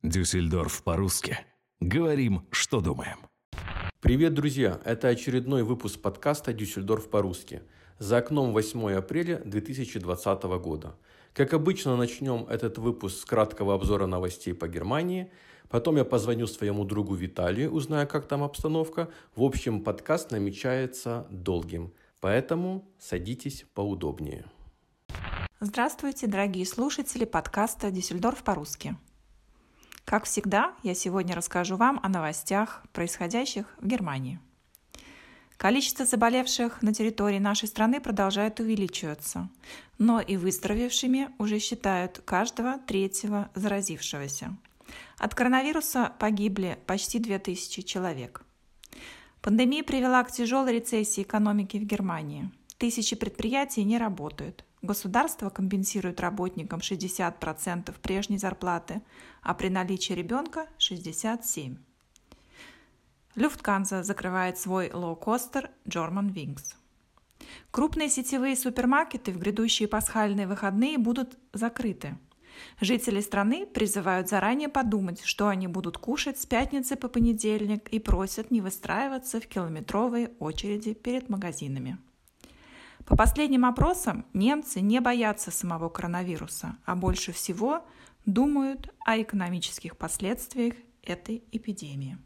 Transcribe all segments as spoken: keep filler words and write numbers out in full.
Дюссельдорф по-русски. Говорим, что думаем. Привет, друзья! Это очередной выпуск подкаста «Дюссельдорф по-русски». За окном восьмое апреля две тысячи двадцатого года. Как обычно, начнем этот выпуск с краткого обзора новостей по Германии. Потом я позвоню своему другу Виталию, узнаю, как там обстановка. В общем, подкаст намечается долгим. Поэтому садитесь поудобнее. Здравствуйте, дорогие слушатели подкаста «Дюссельдорф по-русски». Как всегда, я сегодня расскажу вам о новостях, происходящих в Германии. Количество заболевших на территории нашей страны продолжает увеличиваться, но и выздоровевшими уже считают каждого третьего заразившегося. От коронавируса погибли почти две тысячи человек. Пандемия привела к тяжелой рецессии экономики в Германии. Тысячи предприятий не работают. Государство компенсирует работникам шестьдесят процентов прежней зарплаты, а при наличии ребенка шестьдесят семь процентов. Люфтганза закрывает свой лоукостер Germanwings. Крупные сетевые супермаркеты в грядущие пасхальные выходные будут закрыты. Жители страны призывают заранее подумать, что они будут кушать с пятницы по понедельник, и просят не выстраиваться в километровые очереди перед магазинами. По последним опросам, немцы не боятся самого коронавируса, а больше всего думают о экономических последствиях этой эпидемии.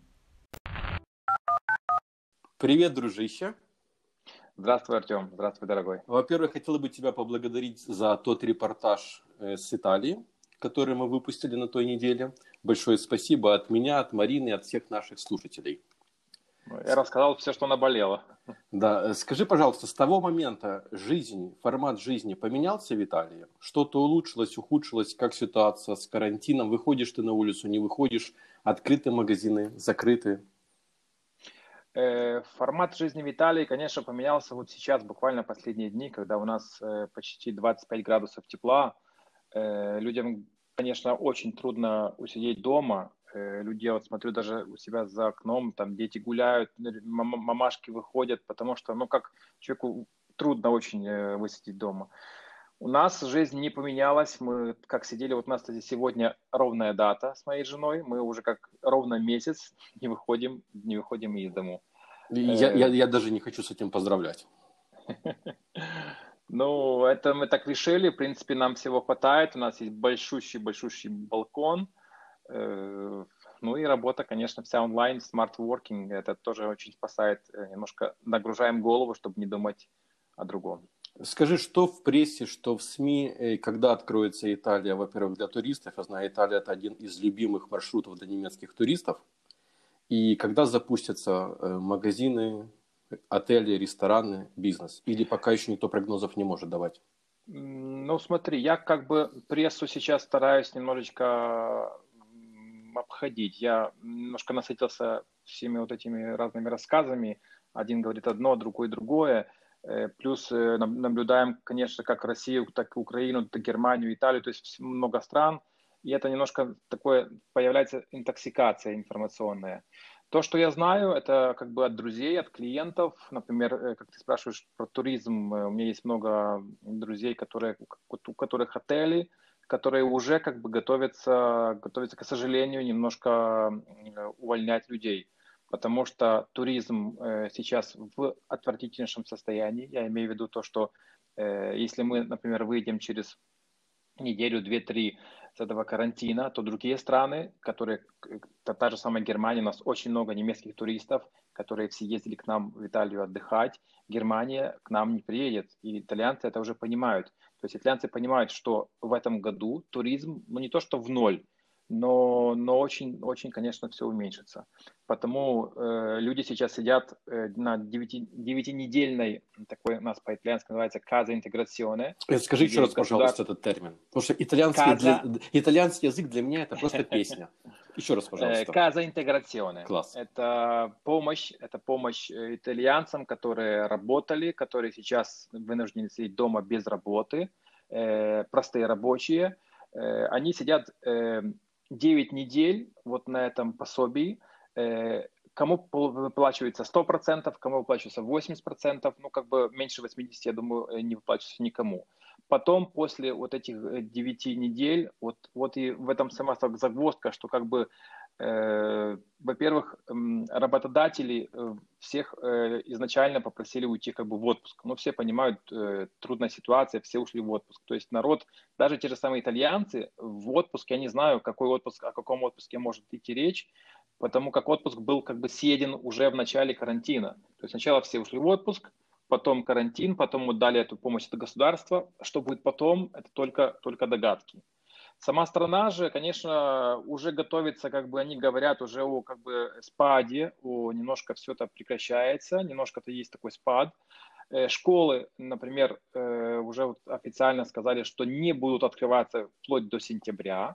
Привет, дружище! Здравствуй, Артем. Здравствуй, дорогой. Во-первых, хотел бы тебя поблагодарить за тот репортаж с Италии, который мы выпустили на той неделе. Большое спасибо от меня, от Марины и от всех наших слушателей. Я рассказал все, что наболело. Да, скажи, пожалуйста, с того момента жизнь, формат жизни поменялся в Италии? Что-то улучшилось, ухудшилось? Как ситуация с карантином? Выходишь ты на улицу, не выходишь? Открыты магазины, закрыты? Э, формат жизни в Италии, конечно, поменялся вот сейчас, буквально последние дни, когда у нас э, почти двадцать пять градусов тепла. Э, людям, конечно, очень трудно усидеть дома. Люди, я вот смотрю даже у себя за окном, там дети гуляют, мам- мамашки выходят, потому что, ну, как человеку трудно очень э, высидеть дома. У нас жизнь не поменялась, мы как сидели, вот у нас, кстати, сегодня ровная дата с моей женой, мы уже как ровно месяц не выходим, не выходим из дому. Я, я, я даже не хочу с этим поздравлять. Ну, это мы так решили, в принципе, нам всего хватает, у нас есть большущий-большущий балкон. Ну и работа, конечно, вся онлайн, смарт-воркинг, это тоже очень спасает. Немножко нагружаем голову, чтобы не думать о другом. Скажи, что в прессе, что в СМИ, когда откроется Италия, во-первых, для туристов? Я знаю, Италия – это один из любимых маршрутов для немецких туристов. И когда запустятся магазины, отели, рестораны, бизнес? Или пока еще никто прогнозов не может давать? Ну, смотри, я как бы прессу сейчас стараюсь немножечко обходить. Я немножко насытился всеми вот этими разными рассказами. Один говорит одно, другой другое. Плюс наблюдаем, конечно, как Россию, так и Украину, так и Германию, Италию, то есть много стран. И это немножко такое, появляется интоксикация информационная. То, что я знаю, это как бы от друзей, от клиентов. Например, как ты спрашиваешь про туризм, у меня есть много друзей, которые, у которых отели, которые уже как бы готовятся, готовятся, к сожалению, немножко увольнять людей. Потому что туризм сейчас в отвратительнейшем состоянии. Я имею в виду то, что если мы, например, выйдем через неделю, две, три с этого карантина, то другие страны, которые, та, та же самая Германия, у нас очень много немецких туристов, которые все ездили к нам в Италию отдыхать, Германия к нам не приедет, и итальянцы это уже понимают. То есть итальянцы понимают, что в этом году туризм, ну не то что в ноль, но, но очень, очень, конечно, все уменьшится. Потому э, люди сейчас сидят э, на девятинедельной, такой у нас по-итальянски называется «casa integrazione». Скажи еще раз, пожалуйста, этот термин. Потому что итальянский, для, итальянский язык для меня это просто песня. Еще раз, пожалуйста. «Casa integrazione». Класс. Это помощь, это помощь итальянцам, которые работали, которые сейчас вынуждены сидеть дома без работы, э, простые рабочие. Э, они сидят э, девять недель вот на этом пособии. Э, кому выплачивается сто процентов, кому выплачивается восемьдесят процентов, ну как бы меньше восьмидесяти, я думаю, не выплачивается никому. Потом, после вот этих девяти недель, вот, вот и в этом сама загвоздка, что как бы, э, во-первых, э, работодатели э, всех э, изначально попросили уйти как бы в отпуск. Ну, все понимают, э, трудная ситуация, все ушли в отпуск. То есть народ, даже те же самые итальянцы в отпуск, я не знаю, какой отпуск, о каком отпуске может идти речь, потому как отпуск был как бы съеден уже в начале карантина. То есть сначала все ушли в отпуск, потом карантин, потом мы дали эту помощь от государства. Что будет потом, это только, только догадки. Сама страна же, конечно, уже готовится, как бы они говорят, уже о как бы спаде, о немножко все это прекращается, немножко-то есть такой спад. Школы, например, уже вот официально сказали, что не будут открываться вплоть до сентября.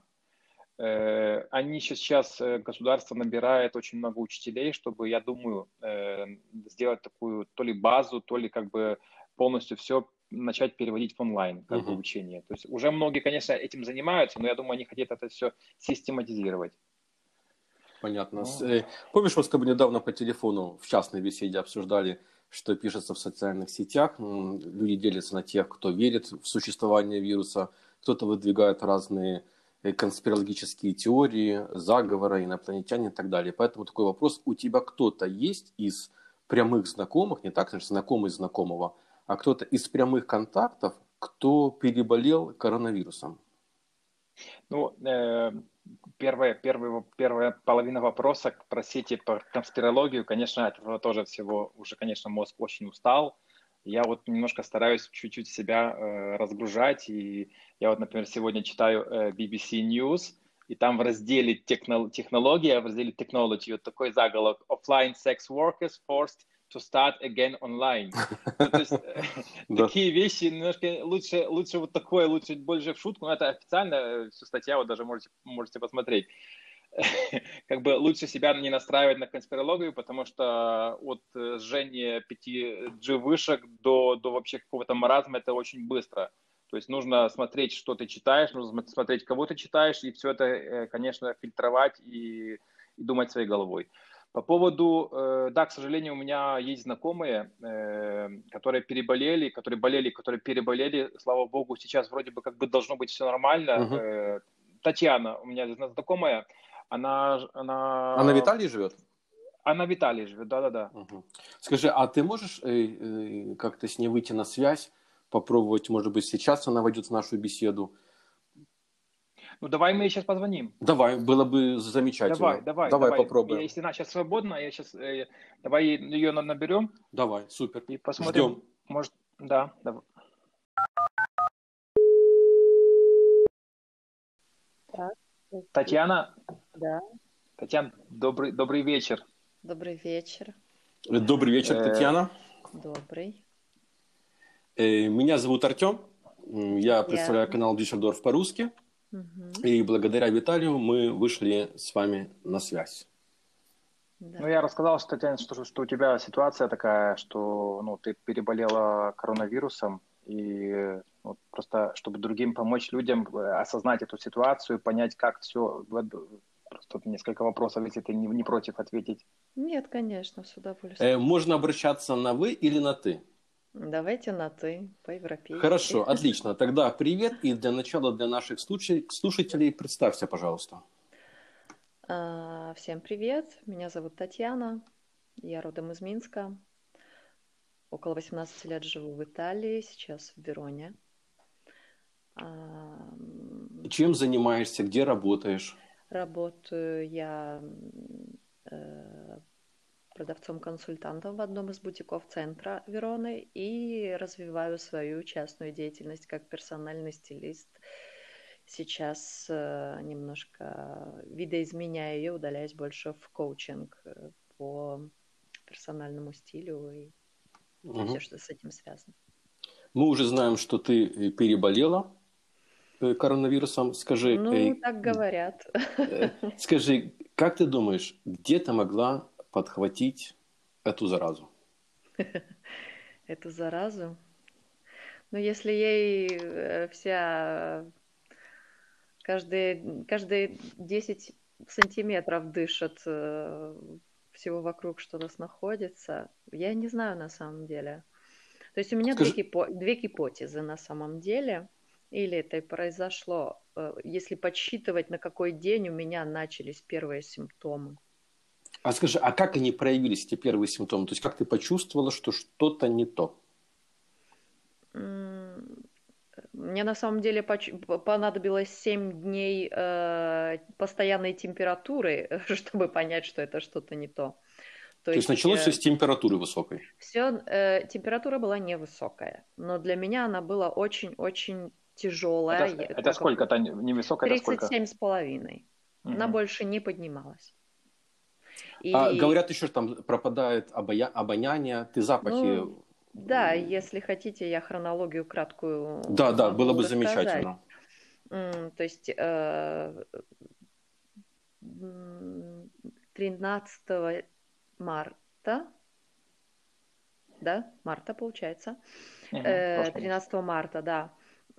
Они сейчас, государство набирает очень много учителей, чтобы, я думаю, сделать такую то ли базу, то ли как бы полностью все начать переводить в онлайн как uh-huh. бы обучение. То есть уже многие, конечно, этим занимаются, но я думаю, они хотят это все систематизировать. Понятно. Ну. Помнишь, мы с тобой недавно по телефону в частной беседе обсуждали, что пишется в социальных сетях. Люди делятся на тех, кто верит в существование вируса, кто-то выдвигает разные конспирологические теории, заговоры, инопланетяне и так далее. Поэтому такой вопрос. У тебя кто-то есть из прямых знакомых, не так, значит, знакомый знакомого, а кто-то из прямых контактов, кто переболел коронавирусом? Ну, э, первая, первая, первая половина вопроса про сети, про конспирологию, конечно, от этого тоже всего уже, конечно, мозг очень устал. Я вот немножко стараюсь чуть-чуть себя э, разгружать, и я вот, например, сегодня читаю э, би би си News, и там в разделе техно- технология, в разделе technology, вот такой заголовок: offline sex workers forced to start again online. Ну, то есть такие вещи немножко лучше, лучше вот такое, лучше больше в шутку, но это официально, всю статья, вот даже можете, можете посмотреть. Как бы лучше себя не настраивать на конспирологию, потому что от жжения пяти джи вышек до, до вообще какого-то маразма это очень быстро. То есть нужно смотреть, что ты читаешь, нужно смотреть, кого ты читаешь, и все это, конечно, фильтровать и, и думать своей головой. По поводу, э, да, к сожалению, у меня есть знакомые, э, которые переболели, которые болели, которые переболели. Слава богу, сейчас вроде бы как бы должно быть все нормально. Uh-huh. Э, Татьяна, у меня знакомая, она... Она, она в Италии живет? Она в Италии живет, да-да-да. Uh-huh. Скажи, а ты можешь э, э, как-то с ней выйти на связь, попробовать, может быть, сейчас она войдет в нашу беседу? Ну, давай мы ей сейчас позвоним. Давай, было бы замечательно. Давай, давай, давай. давай. Попробуем. Если она сейчас свободна, я сейчас, э, давай ее наберем. Давай, супер. И посмотрим. Ждем. Может, да, давай. Так. Татьяна? Да. Татьяна, добрый, добрый вечер. Добрый вечер. Добрый вечер, Татьяна. Добрый. Меня зовут Артем. Я представляю Я... канал Дюссельдорф по-русски. Угу. И благодаря Виталию мы вышли с вами на связь. Да. Ну, я рассказал, что, Татьяна, что, что у тебя ситуация такая, что ну, ты переболела коронавирусом. И вот, просто, чтобы другим помочь людям осознать эту ситуацию, понять, как все... Просто несколько вопросов, если ты не, не против ответить. Нет, конечно, с удовольствием. Э, можно обращаться на «вы» или на «ты»? Давайте на «ты», по-европейски. Хорошо, отлично. Тогда привет. И для начала для наших слушателей представься, пожалуйста. А, всем привет. Меня зовут Татьяна. Я родом из Минска. Около восемнадцати лет живу в Италии, сейчас в Вероне. А... Чем занимаешься? Где работаешь? Работаю я э, продавцом-консультантом в одном из бутиков центра Вероны и развиваю свою частную деятельность как персональный стилист. Сейчас э, немножко видоизменяю ее, удаляюсь больше в коучинг по персональному стилю и угу. все, что с этим связано. Мы уже знаем, что ты переболела коронавирусом. Скажи, ну, э, так говорят. Э, скажи, как ты думаешь, где ты могла подхватить эту заразу? Эту заразу? Ну, если ей вся... Каждые, каждые десять сантиметров дышит всего вокруг, что у нас находится, я не знаю на самом деле. То есть у меня Скажи... две, гипо... две гипотезы на самом деле. Или это и произошло, э, если подсчитывать, на какой день у меня начались первые симптомы. А скажи, а как они проявились, эти первые симптомы? То есть как ты почувствовала, что что-то не то? Мне на самом деле понадобилось семь дней э, постоянной температуры, чтобы понять, что это что-то не то. То, То есть, есть началось э, все с температуры высокой? Все, э, температура была невысокая, но для меня она была очень-очень тяжелая. Это, это сколько-то невысокая? тридцать семь с половиной. Угу. Она больше не поднималась. И... А, говорят, еще там пропадает обоя... обоняние, ты запахи... Ну, да, если хотите, я хронологию краткую... Да, да, было бы рассказать. Замечательно. То есть тринадцатого марта, да, марта получается, угу, тринадцатого марта, да,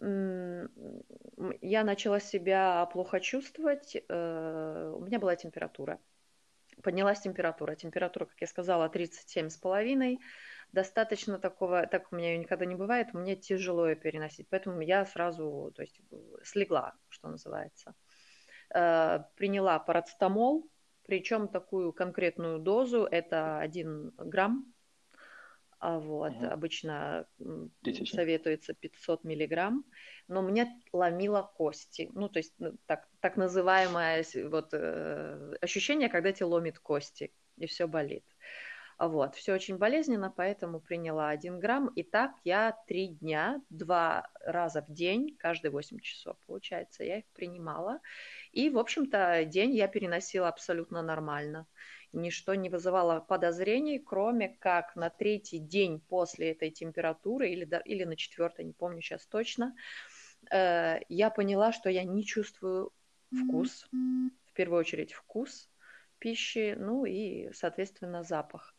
я начала себя плохо чувствовать, у меня была температура. Поднялась температура. Температура, как я сказала, тридцать семь с половиной. Достаточно такого, так у меня ее никогда не бывает, мне тяжело ее переносить. Поэтому я сразу, то есть, слегла, что называется. Приняла парацетамол, причем такую конкретную дозу, это один грамм. Вот, угу. Обычно Тысячи. Советуется пятьсот миллиграмм, но мне ломило кости. Ну, то есть так, так называемое вот, э, ощущение, когда тебе ломит кости, и все болит. Вот, все очень болезненно, поэтому приняла один грамм. И так я три дня, два раза в день, каждые восемь часов, получается, я их принимала. И, в общем-то, день я переносила абсолютно нормально. Ничто не вызывало подозрений, кроме как на третий день после этой температуры, или, или на четвертый, не помню сейчас точно, э, я поняла, что я не чувствую вкус, в первую очередь вкус пищи, ну и, соответственно, запах.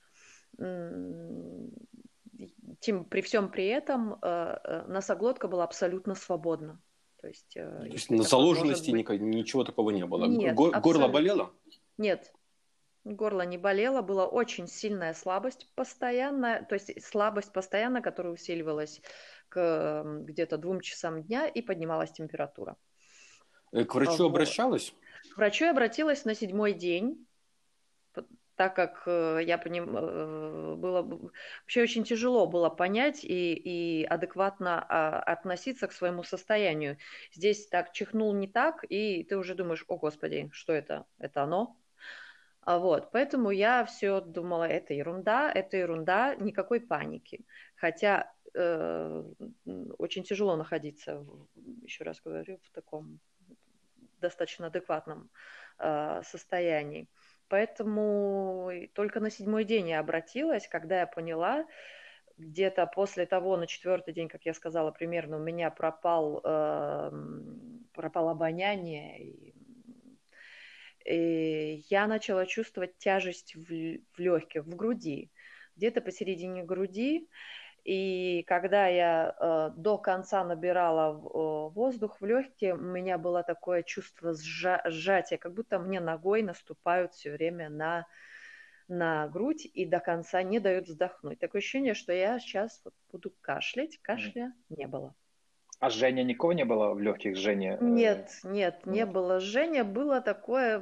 Тем, при всем при этом э, носоглотка была абсолютно свободна. То есть, э, То есть на заложенности быть... ничего такого не было? Нет, Гор- абсолютно... Горло болело? Нет. Горло не болело, была очень сильная слабость постоянно, то есть слабость постоянно, которая усиливалась к где-то двум часам дня, и поднималась температура. К врачу вот. Обращалась? К врачу я обратилась на седьмой день, так как я понимаю, было вообще очень тяжело было понять и, и адекватно относиться к своему состоянию. Здесь так чихнул не так, и ты уже думаешь: о господи, что это? Это оно? Вот, поэтому я все думала, это ерунда, это ерунда, никакой паники. Хотя э, очень тяжело находиться, еще раз говорю, в таком достаточно адекватном э, состоянии. Поэтому только на седьмой день я обратилась, когда я поняла, где-то после того, на четвертый день, как я сказала, примерно у меня пропал, э, пропало обоняние, и И я начала чувствовать тяжесть в, в легких, в груди, где-то посередине груди. И когда я э, до конца набирала э, воздух в легкие, у меня было такое чувство сжа- сжатия, как будто мне ногой наступают все время на, на грудь и до конца не дают вздохнуть. Такое ощущение, что я сейчас вот буду кашлять, кашля не было. А жжения никого не было в легких, жжения? Нет, нет, не нет. было жжения, было такое...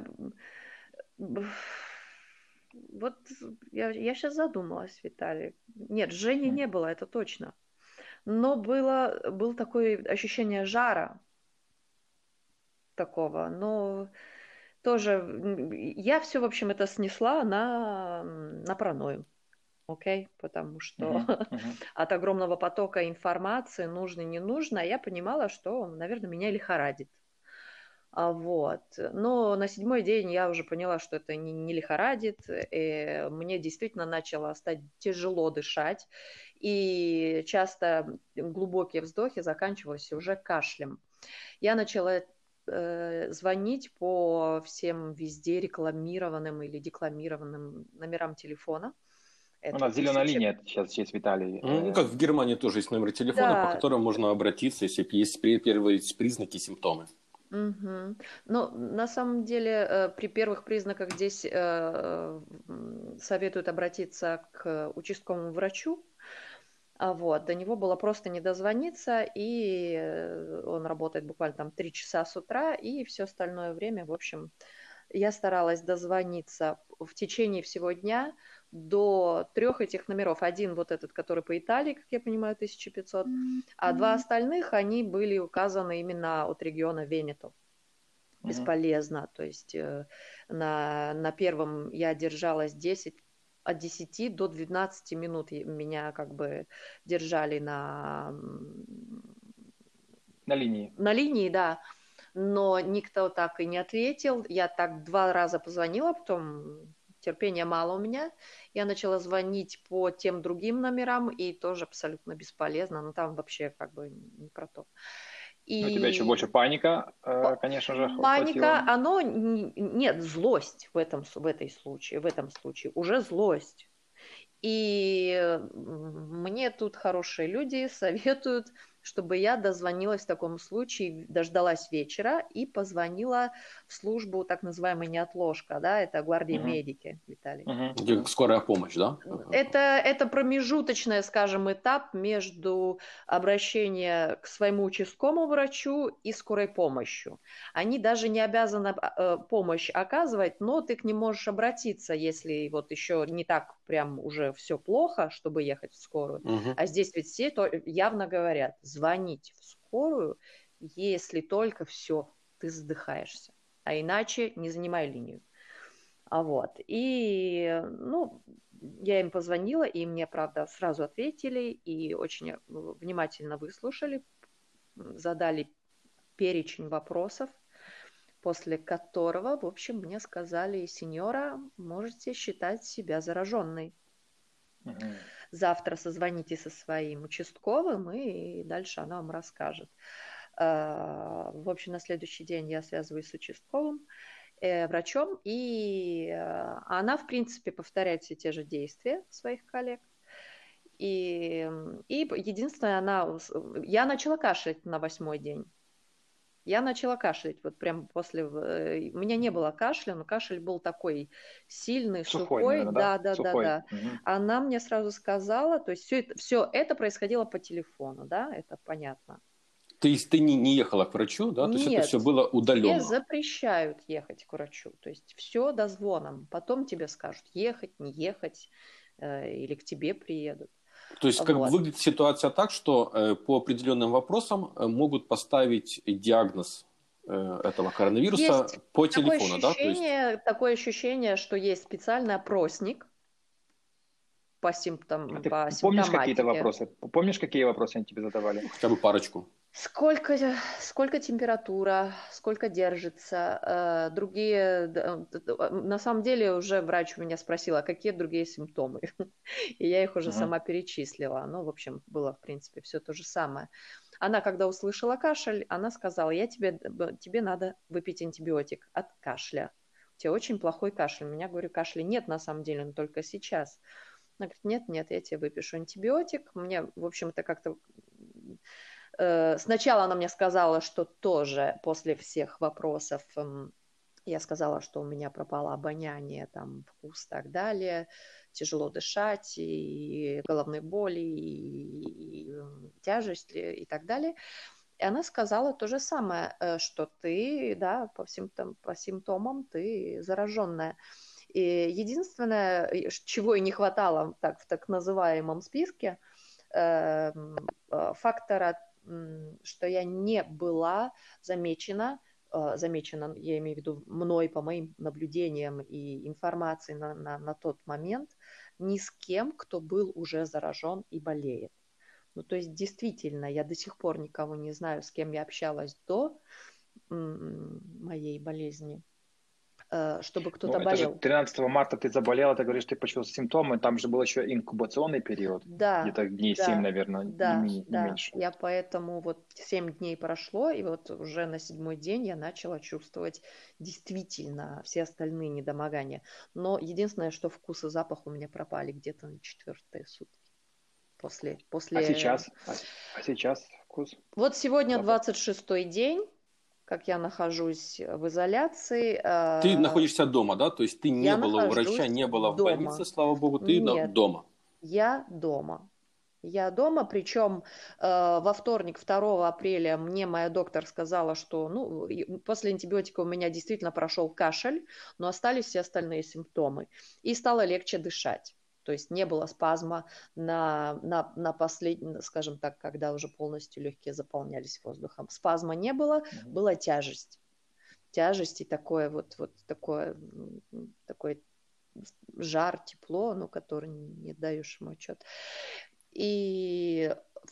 Вот я, я сейчас задумалась, Виталий. Нет, жжения не было, это точно. Но было, было такое ощущение жара такого, но тоже... Я все, в общем, это снесла на, на паранойю. Окей, okay? Потому что uh-huh, uh-huh. от огромного потока информации, нужно, не нужно, я понимала, что, наверное, меня лихорадит. А вот. Но на седьмой день я уже поняла, что это не, не лихорадит, и мне действительно начало стать тяжело дышать, и часто глубокие вздохи заканчивались уже кашлем. Я начала э, звонить по всем везде рекламированным или декламированным номерам телефона. Это у нас тысяча... зеленая линия сейчас есть, Виталий. Ну, как в Германии тоже есть номер телефона, да. По которому можно обратиться, если есть первые признаки, симптомы. Угу. Ну, на самом деле, при первых признаках здесь советуют обратиться к участковому врачу. А вот, до него было просто не дозвониться, и он работает буквально там три часа с утра, и все остальное время, в общем, я старалась дозвониться в течение всего дня до трех этих номеров. Один вот этот, который по Италии, как я понимаю, тысяча пятьсот, а два остальных, они были указаны именно от региона Венето. Бесполезно, то есть на, на первом я держалась десять, от десяти до двенадцати минут меня как бы держали на... На линии. На линии, да. Но никто так и не ответил. Я так два раза позвонила, потом терпения мало у меня. Я начала звонить по тем другим номерам, и тоже абсолютно бесполезно. Но там вообще как бы не про то. И... У тебя еще больше паника, конечно же, Паника, хватило. Оно... Нет, злость в, этом, в, этой случае, в этом случае. Уже злость. И мне тут хорошие люди советуют, чтобы я дозвонилась в таком случае, дождалась вечера и позвонила в службу так называемая неотложка, да, это гвардия uh-huh. медики в Италии. Uh-huh. Скорая помощь, да? Это, это промежуточный, скажем, этап между обращением к своему участковому врачу и скорой помощью. Они даже не обязаны помощь оказывать, но ты к ним можешь обратиться, если вот еще не так прям уже все плохо, чтобы ехать в скорую. Uh-huh. А здесь ведь все то явно говорят, звонить в скорую, если только все, ты задыхаешься. А иначе не занимай линию. А вот. И, ну, я им позвонила, и мне, правда, сразу ответили, и очень внимательно выслушали, задали перечень вопросов, после которого, в общем, мне сказали: сеньора, можете считать себя зараженной. Uh-huh. Завтра созвоните со своим участковым, и дальше она вам расскажет. В общем, на следующий день я связываюсь с участковым э, врачом, и она, в принципе, повторяет все те же действия своих коллег. И, и единственное, она... Я начала кашлять на восьмой день. Я начала кашлять, вот прям после... У меня не было кашля, но кашель был такой сильный, сухой. сухой наверное, да, да, сухой. да, да. Угу. Она мне сразу сказала, то есть все это, все это происходило по телефону, да, это понятно. То есть ты не, не ехала к врачу, да? То Нет, есть это все было удаленно? Тебе запрещают ехать к врачу, то есть все дозвоном. Потом тебе скажут ехать, не ехать, э, или к тебе приедут. То есть, как вот. Выглядит ситуация так, что э, по определенным вопросам э, могут поставить диагноз э, этого коронавируса есть по телефону, да? То есть... Такое ощущение, что есть специальный опросник по, симптом, а ты по помнишь какие-то вопросы? Помнишь, какие вопросы они тебе задавали? Хотя бы парочку. Сколько, сколько температура, сколько держится, другие, на самом деле уже врач у меня спросила, какие другие симптомы, и я их уже uh-huh. сама перечислила, ну, в общем, было, в принципе, все то же самое. Она, когда услышала кашель, она сказала: я тебе, тебе надо выпить антибиотик от кашля, у тебя очень плохой кашель. У меня, говорю, кашля нет на самом деле, но только сейчас. Она говорит: нет, нет, я тебе выпишу антибиотик. Мне, в общем-то, как-то... Сначала она мне сказала, что тоже после всех вопросов я сказала, что у меня пропало обоняние, там, вкус и так далее, тяжело дышать, и головные боли, и, и тяжесть и так далее. И она сказала то же самое, что ты, да, по симптом, по симптомам ты зараженная. И единственное, чего и не хватало так, в так называемом списке, э, фактора, что я не была замечена, замечена, я имею в виду мной по моим наблюдениям и информации на, на, на тот момент, ни с кем, кто был уже заражен и болеет. Ну, то есть, действительно, я до сих пор никого не знаю, с кем я общалась до м- моей болезни, чтобы кто-то ну, болел. Это же тринадцатого марта ты заболела, ты говоришь, ты почувствовала симптомы, там же был еще инкубационный период, да, где-то дней да, семь, наверное, да, не, не да. меньше. Я поэтому вот семь дней прошло, и вот уже на седьмой день я начала чувствовать действительно все остальные недомогания. Но единственное, что вкус и запах у меня пропали где-то на четвертые сутки. После, после... А сейчас? А, а сейчас вкус? Вот сегодня двадцать шестой день, как я нахожусь в изоляции. Ты находишься дома, да? То есть ты не была у врача, не была в дома. больнице, слава богу, ты Нет, дома. Я дома. Я дома, причем э, во вторник, второго апреля, мне моя доктор сказала, что ну, после антибиотика у меня действительно прошел кашель, но остались все остальные симптомы. И стало легче дышать. То есть не было спазма на, на, на последнем, скажем так, когда уже полностью легкие заполнялись воздухом. Спазма не было, mm-hmm. была тяжесть. Тяжесть и такое вот, вот такое, такой жар, тепло, ну, который не даешь ему отчет. И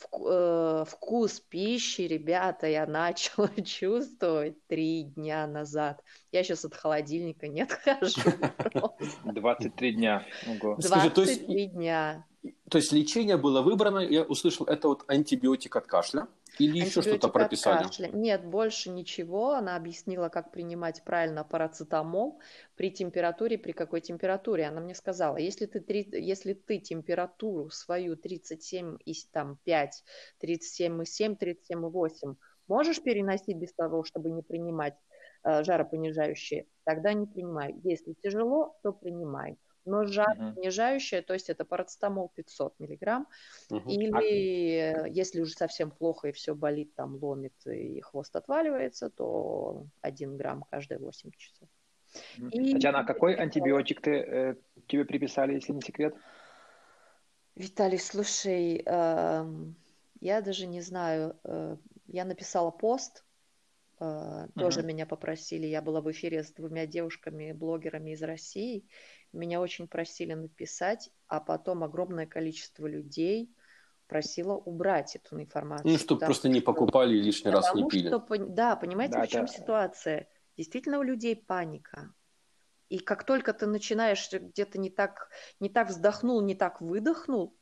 вкус пищи, ребята, я начала чувствовать три дня назад. Я сейчас от холодильника не отхожу. двадцать три дня. Ого. двадцать три дня. То есть лечение было выбрано, я услышал, это вот антибиотик от кашля или еще что-то прописали? Кашля. Нет, больше ничего. Она объяснила, как принимать правильно парацетамол при температуре, при какой температуре. Она мне сказала, если ты, если ты температуру свою тридцать семь и пять, тридцать семь и семь, тридцать семь и восемь можешь переносить без того, чтобы не принимать э, жаропонижающие, тогда не принимай. Если тяжело, то принимай. Но жаропонижающее, uh-huh. то есть это парацетамол пятьсот миллиграмм, uh-huh. или uh-huh. если уже совсем плохо и все болит, там ломит и хвост отваливается, то один грамм каждые восемь часов. Uh-huh. И... Татьяна, а какой антибиотик ты, э, тебе приписали, если не секрет? Виталий, слушай, э, я даже не знаю, э, я написала пост, Uh, тоже uh-huh. меня попросили, я была в эфире с двумя девушками, блогерами из России, меня очень просили написать, а потом огромное количество людей просило убрать эту информацию. Ну, чтобы просто не покупали и лишний раз не пили. Что, да, понимаете, да, в чем да. ситуация? Действительно у людей паника. И как только ты начинаешь где-то не так, не так вздохнул, не так выдохнул,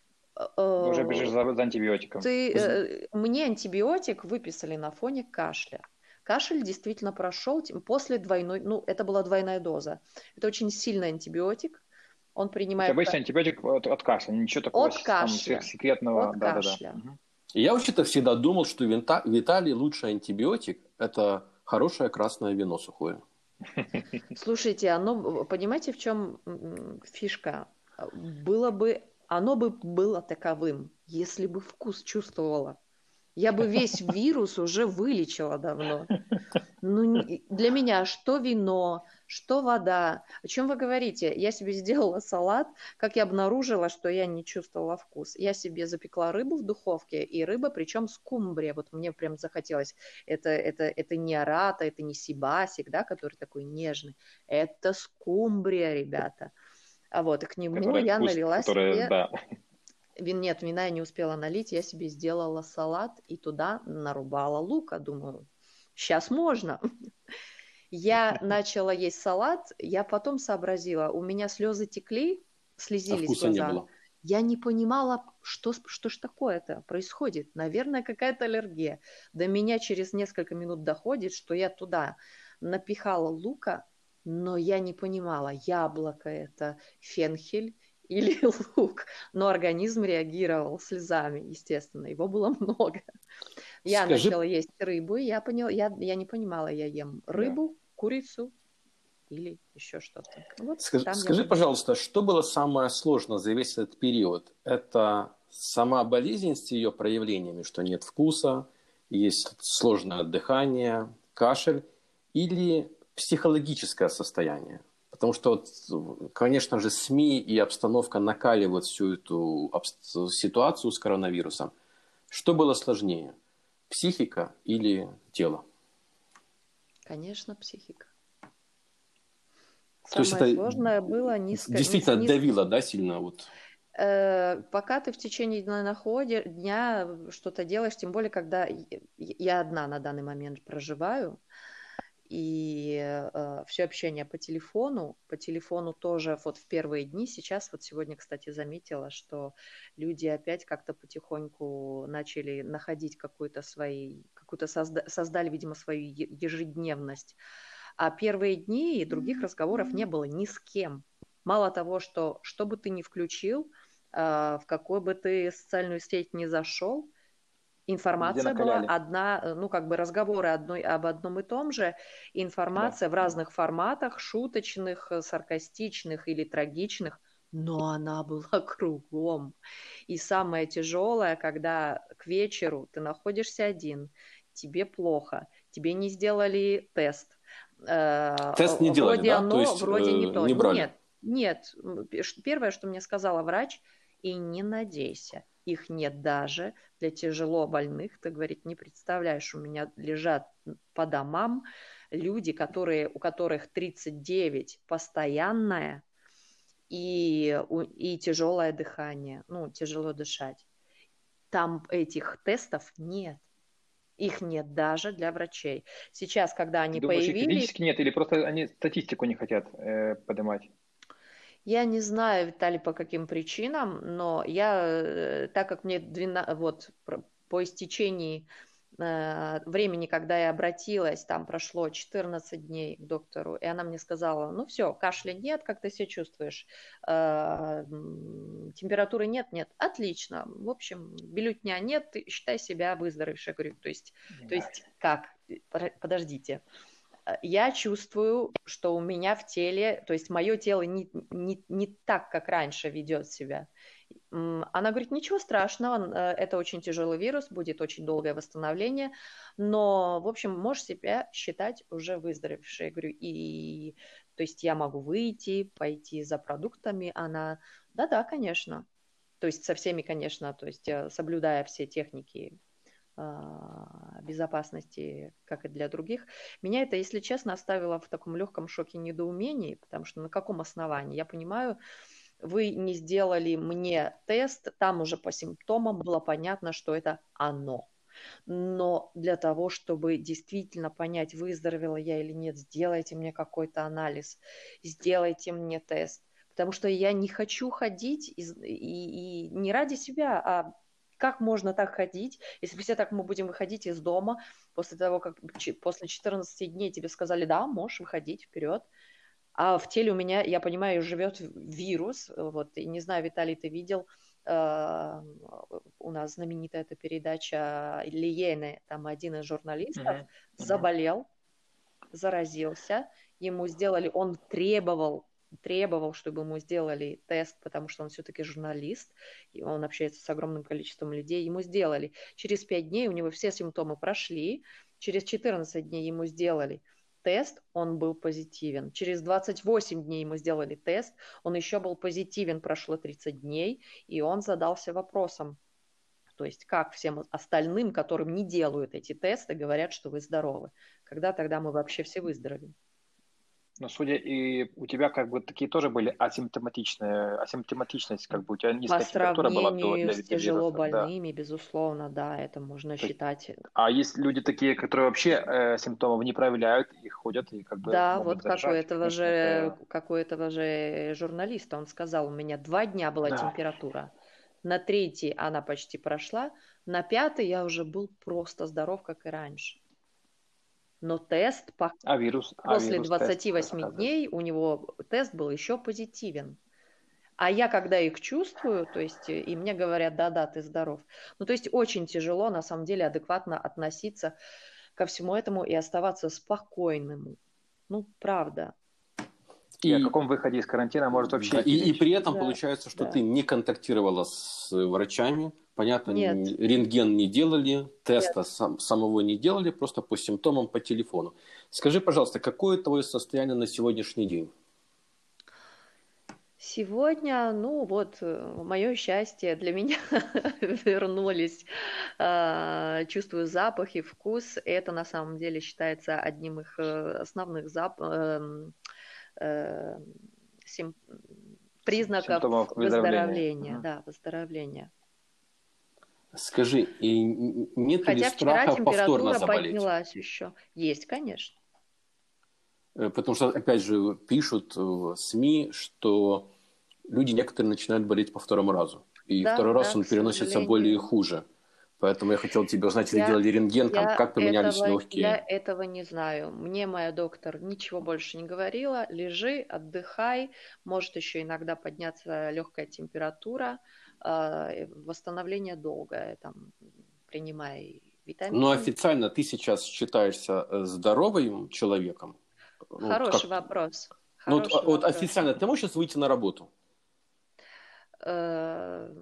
уже бежишь за, за антибиотиком. Ты, э, мне антибиотик выписали на фоне кашля. Кашель действительно прошел после двойной, ну, это была двойная доза. Это очень сильный антибиотик. Он принимает... Это обычный антибиотик от, от кашля, ничего такого от кашля. Там, секретного. От да, кашля. Да, да. Я вообще-то всегда думал, что винта, Виталий лучший антибиотик – это хорошее красное вино сухое. Слушайте, оно, понимаете, в чем фишка? Было бы... Оно бы было таковым, если бы вкус чувствовала. Я бы весь вирус уже вылечила давно. Ну, для меня что вино, что вода. О чем вы говорите? Я себе сделала салат, как я обнаружила, что я не чувствовала вкус. Я себе запекла рыбу в духовке, и рыба, причем скумбрия. Вот мне прям захотелось. Это, это, это не арата, это не сибасик, да, который такой нежный. Это скумбрия, ребята. А вот, и к нему который я вкус, налила который, себе... Да. Вин, нет, вина я не успела налить, я себе сделала салат и туда нарубала лука. Думаю, сейчас можно. Я начала есть салат, я потом сообразила, у меня слезы текли, слезились а вкуса глаза. Не было. Я не понимала, что, что ж такое-то происходит. Наверное, какая-то аллергия. До меня через несколько минут доходит, что я туда напихала лука, но я не понимала, яблоко это, фенхель или лук. Но организм реагировал слезами, естественно. Его было много. Я Скажи... начала есть рыбу, и я, поняла, я, я не понимала, я ем рыбу, да. курицу или еще что-то. Вот скажи, скажи пожалуйста, что было самое сложное за весь этот период? Это сама болезнь с ее проявлениями, что нет вкуса, есть сложное дыхание, кашель, или психологическое состояние? Потому что, вот, конечно же, СМИ и обстановка накаливают всю эту ситуацию с коронавирусом. Что было сложнее? Психика или тело? Конечно, психика. То Самое есть сложное это было низко... Действительно низко... давило, да, сильно? Вот. Э, пока ты в течение дня, находи... дня что-то делаешь, тем более, когда я одна на данный момент проживаю, и э, все общение по телефону, по телефону тоже вот в первые дни, сейчас вот сегодня, кстати, заметила, что люди опять как-то потихоньку начали находить какую-то свои, какую-то созда- создали, видимо, свою ежедневность. А первые дни других разговоров не было ни с кем. Мало того, что что бы ты ни включил, э, в какой бы ты социальную сеть ни зашел, информация была одна, ну, как бы разговоры одной, об одном и том же, информация да. в разных форматах, шуточных, саркастичных или трагичных, но она была кругом. И самое тяжелое, когда к вечеру ты находишься один, тебе плохо, тебе не сделали тест. Тест не делали, Вроде да? оно, То есть вроде не э, то. не брали? Нет, нет. Первое, что мне сказала врач, и не надейся, их нет даже для тяжело больных. Ты, говорит, не представляешь, у меня лежат по домам люди, которые, у которых тридцать девять постоянное и, и тяжелое дыхание, ну, тяжело дышать. Там этих тестов нет. Их нет даже для врачей. Сейчас, когда они Ты думаешь, появились... их физически нет, или просто они статистику не хотят э, поднимать? Я не знаю, Виталий, по каким причинам, но я, так как мне двенадцать, вот, по истечении э, времени, когда я обратилась, там прошло четырнадцать дней к доктору, и она мне сказала, ну все, кашля нет, как ты себя чувствуешь, э, температуры нет, нет, отлично, в общем, бюллетня нет, ты считай себя выздоровевшей. Я говорю, то есть, то есть как? Подождите. Я чувствую, что у меня в теле, то есть мое тело не, не, не так, как раньше ведет себя. Она говорит, ничего страшного, это очень тяжелый вирус, будет очень долгое восстановление, но, в общем, можешь себя считать уже выздоровевшей. Я говорю, и, то есть я могу выйти, пойти за продуктами. Она, да-да, конечно. То есть со всеми, конечно, то есть соблюдая все техники безопасности, как и для других. Меня это, если честно, оставило в таком легком шоке недоумении, потому что на каком основании? Я понимаю, вы не сделали мне тест, там уже по симптомам было понятно, что это оно. Но для того, чтобы действительно понять, выздоровела я или нет, сделайте мне какой-то анализ, сделайте мне тест. Потому что я не хочу ходить и, и, и не ради себя, а как можно так ходить, если все так мы будем выходить из дома после того, как после четырнадцати дней тебе сказали, да, можешь выходить вперед, а в теле у меня, я понимаю, живет вирус, вот, и не знаю, Виталий, ты видел, э, у нас знаменитая эта передача Лиены, там один из журналистов uh-huh. заболел, заразился, ему сделали, он требовал, требовал, чтобы ему сделали тест, потому что он все-таки журналист, и он общается с огромным количеством людей, ему сделали. Через пять дней у него все симптомы прошли, через четырнадцать дней ему сделали тест, он был позитивен. Через двадцать восемь дней ему сделали тест, он еще был позитивен, прошло тридцать дней, и он задался вопросом, то есть как всем остальным, которым не делают эти тесты, говорят, что вы здоровы. Когда тогда мы вообще все выздоровеем? Но судя и у тебя как бы такие тоже были асимптоматичные, асимптоматичность, как бы у тебя низкая температура была до для, для тяжело вируса, больными, да. безусловно, да, это можно То считать. Есть, а есть люди такие, которые вообще э, симптомов не проявляют и ходят и как бы да, могут вот заражать. как у этого Конечно, же, это... как у этого же журналиста, он сказал, у меня два дня была да. температура, на третий она почти прошла, на пятый я уже был просто здоров, как и раньше. Но тест по... а вирус, после а вирус двадцати восьми тест, дней у него тест был еще позитивен. А я, когда их чувствую, то есть, и мне говорят, да-да, ты здоров. Ну, то есть, очень тяжело, на самом деле, адекватно относиться ко всему этому и оставаться спокойным. Ну, правда. И, и о каком выходе из карантина может вообще да, и, и при этом да, получается, что да. ты не контактировала с врачами, понятно, Нет. рентген не делали, теста сам, самого не делали, просто по симптомам по телефону. Скажи, пожалуйста, какое твое состояние на сегодняшний день? Сегодня, ну вот, мое счастье, для меня вернулись, чувствую запах и вкус. Это на самом деле считается одним из основных запахов. Сим... признаков Симптомов выздоровления, угу. да, выздоровления. Скажи, и нет Хотя ли страха повторно заболеть? Хотя вчера температура поднялась еще. Есть, конечно. Потому что, опять же, пишут в СМИ, что люди некоторые начинают болеть по второму разу. И да, второй раз да, он переносится более хуже. Поэтому я хотел тебя узнать, или делали рентген, там, как поменялись этого, легкие. Я этого не знаю. Мне моя доктор ничего больше не говорила. Лежи, отдыхай. Может еще иногда подняться легкая температура. Восстановление долгое. Там, принимай витамины. Но официально ты сейчас считаешься здоровым человеком? Хороший вот как... вопрос. Ну, Хороший вот, вот вопрос. официально ты можешь сейчас выйти на работу? Э,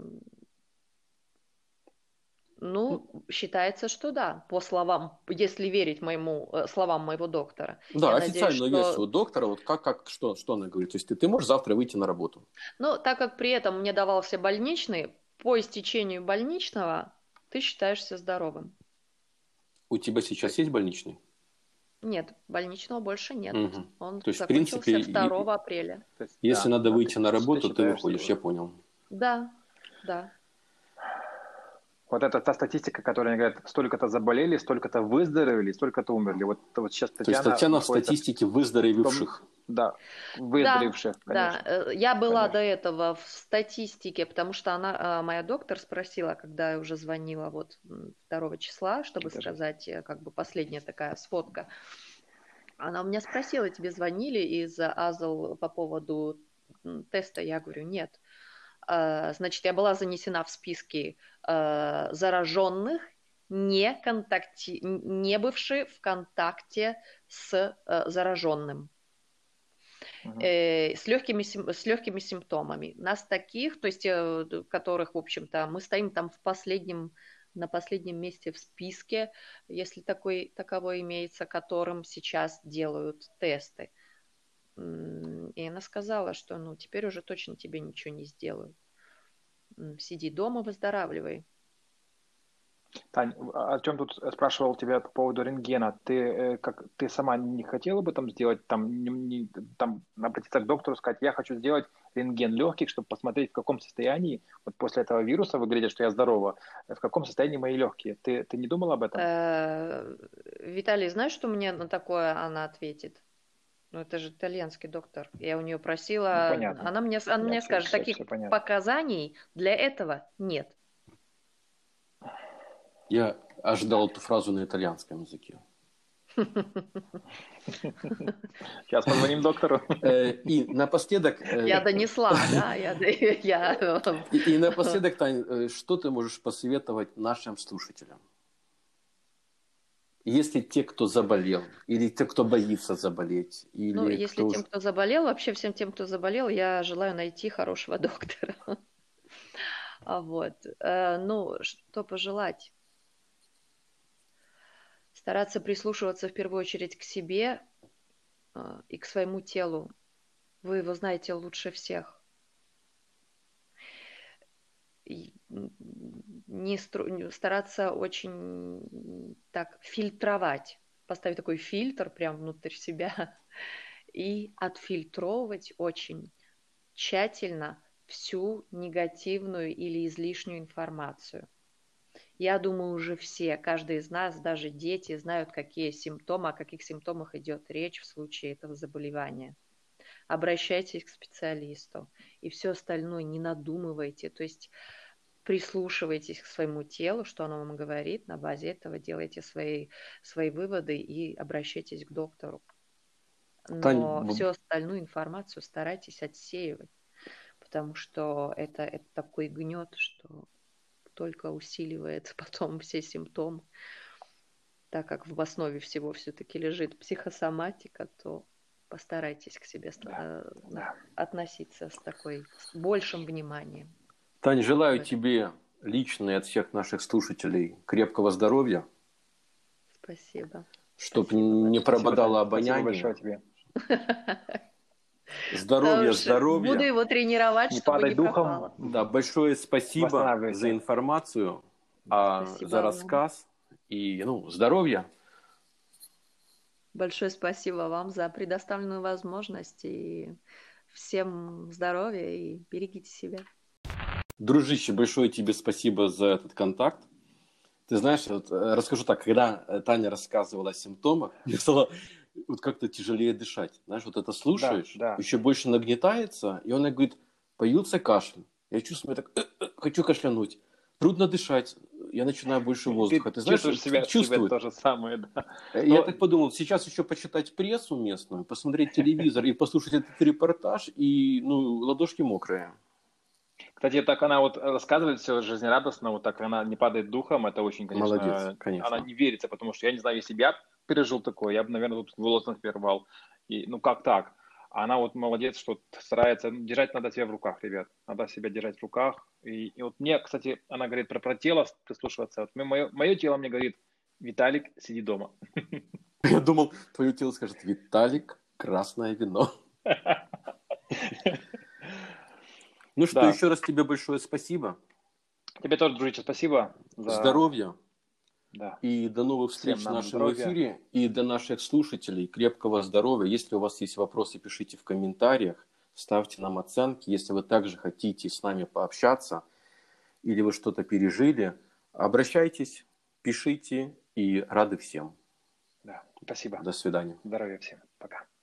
Ну, считается, что да, по словам, если верить моему, э, словам моего доктора. Да, Я надеюсь, официальную что... версию доктора, вот как, как что, что она говорит? То есть ты, ты можешь завтра выйти на работу? Ну, так как при этом мне давался больничный, по истечению больничного ты считаешься здоровым. У тебя сейчас есть больничный? Нет, больничного больше нет. Угу. Он То есть, в закончился принципе, второго апреля. То есть, если да, надо да, выйти ты- на ты работу, ты считаешь, выходишь, что- я понял. Да, да. Вот это та статистика, которая говорят, столько-то заболели, столько-то выздоровели, столько-то умерли. Вот, вот сейчас То есть Татьяна Татьяна в находится статистике в выздоровевших. том- да, Да, выздоровевших, конечно. да. Э, Я была Конечно. до этого в статистике, потому что она, а, моя доктор спросила, когда я уже звонила вот м, второго числа, чтобы Это же- сказать, э, как бы последняя такая сводка. Она у меня спросила, тебе звонили из Азл по поводу м, теста? Я говорю, нет. А, Значит, я была занесена в списки э, зараженных, не, контакти... не бывшие в контакте с э, зараженным. Мгм. э, с легкими, сим- с легкими симптомами. Нас таких, то есть, э, д- которых, в общем-то, мы стоим там в последнем, на последнем месте в списке, если такой, таковой имеется, которым сейчас делают тесты. М, И она сказала, что ну теперь уже точно тебе ничего не сделают. М, Сиди дома, выздоравливай. Тань, а Артем тут спрашивал тебя по поводу рентгена. Ты, э, как, ты сама не хотела бы там сделать, там, не- не- там обратиться к доктору, сказать, я хочу сделать рентген легких, чтобы посмотреть, в каком состоянии, вот после этого вируса выглядит, что я здорова, в каком состоянии мои легкие. Ты, ты не думала об этом? Э, Виталий, знаешь, что мне на такое она ответит? Ну, это же итальянский доктор. Я у нее Ну, просила, понятно. она мне, она Да, мне все, скажет, все, таких все понятно. показаний для этого нет. Я ожидал эту фразу на итальянском языке. Сейчас позвоним доктору. Э, И напоследок... э, Я донесла, да, я, я И, и напоследок, Тань, э, что ты можешь посоветовать нашим слушателям? Если те, кто заболел, или те, кто боится заболеть, или Ну, если кто тем, уж- кто заболел, вообще всем тем, кто заболел, я желаю найти хорошего доктора. А вот, э, ну, что пожелать? Стараться прислушиваться в первую очередь к себе э, и к своему телу. Вы его знаете лучше всех. И, м, не стру- не- стараться очень так фильтровать, поставить такой фильтр прямо внутрь себя и отфильтровывать очень тщательно всю негативную или излишнюю информацию. Я думаю, уже все, каждый из нас, даже дети, знают, какие симптомы, о каких симптомах идет речь в случае этого заболевания. Обращайтесь к специалисту. И все остальное не надумывайте. То есть прислушивайтесь к своему телу, что оно вам говорит. На базе этого делайте свои, свои выводы и обращайтесь к доктору. Тань, Но в- всю остальную информацию старайтесь отсеивать, потому что это, это такой гнет, что только усиливает потом все симптомы. Так как в основе всего все-таки лежит психосоматика, то постарайтесь к себе Да, э, да. относиться с такой, с большим вниманием. Тань, желаю Да. тебе лично и от всех наших слушателей крепкого здоровья, Спасибо. чтобы Спасибо не большое. пропадало Спасибо обоняние. большое тебе. Здоровья, Потому что буду здоровья. его тренировать, Не чтобы падай не духом. пропало. Да, большое спасибо Восстанавливайся. за информацию, а, Спасибо за вам. рассказ и ну, здоровья. Большое спасибо вам за предоставленную возможность. И всем здоровья и берегите себя. Дружище, большое тебе спасибо за этот контакт. Ты знаешь, вот, э, расскажу так, когда э, Таня рассказывала о симптомах, мне стало вот как-то тяжелее дышать. Знаешь, вот это слушаешь, Да, да. еще больше нагнетается, и он говорит, появился кашель. Я чувствую, я так, «Э, э, хочу кашлянуть. Трудно дышать, я начинаю больше воздуха. Ты, знаешь, чувствуешь себя, себя чувствует. то же самое, да. Э, Я Но- так подумал, сейчас еще почитать прессу местную, посмотреть телевизор и послушать этот репортаж, и ну, ладошки мокрые. Кстати, так она вот рассказывает все жизнерадостно, вот так она не падает духом, это очень, конечно, Молодец, конечно. она не верится, потому что я не знаю, если бы я пережил такое, я бы, наверное, тут волос напирвал. И, ну как так? А она вот молодец, что старается, держать надо себя в руках, ребят, надо себя держать в руках. И, и вот мне, кстати, она говорит про, про тело прислушиваться. Вот мое, мое тело мне говорит: Виталик, сиди дома. Я думал, твое тело скажет: Виталик, красное вино. Ну что, Да. еще раз тебе большое спасибо. Тебе тоже, дружище, спасибо. За... Здоровья. Да. И до новых встреч Всем в нам нашем здоровья. эфире. И для наших слушателей крепкого здоровья. Если у вас есть вопросы, пишите в комментариях. Ставьте нам оценки. Если вы также хотите с нами пообщаться или вы что-то пережили, обращайтесь, пишите, и рады всем. Да. Спасибо. До свидания. Здоровья всем. Пока.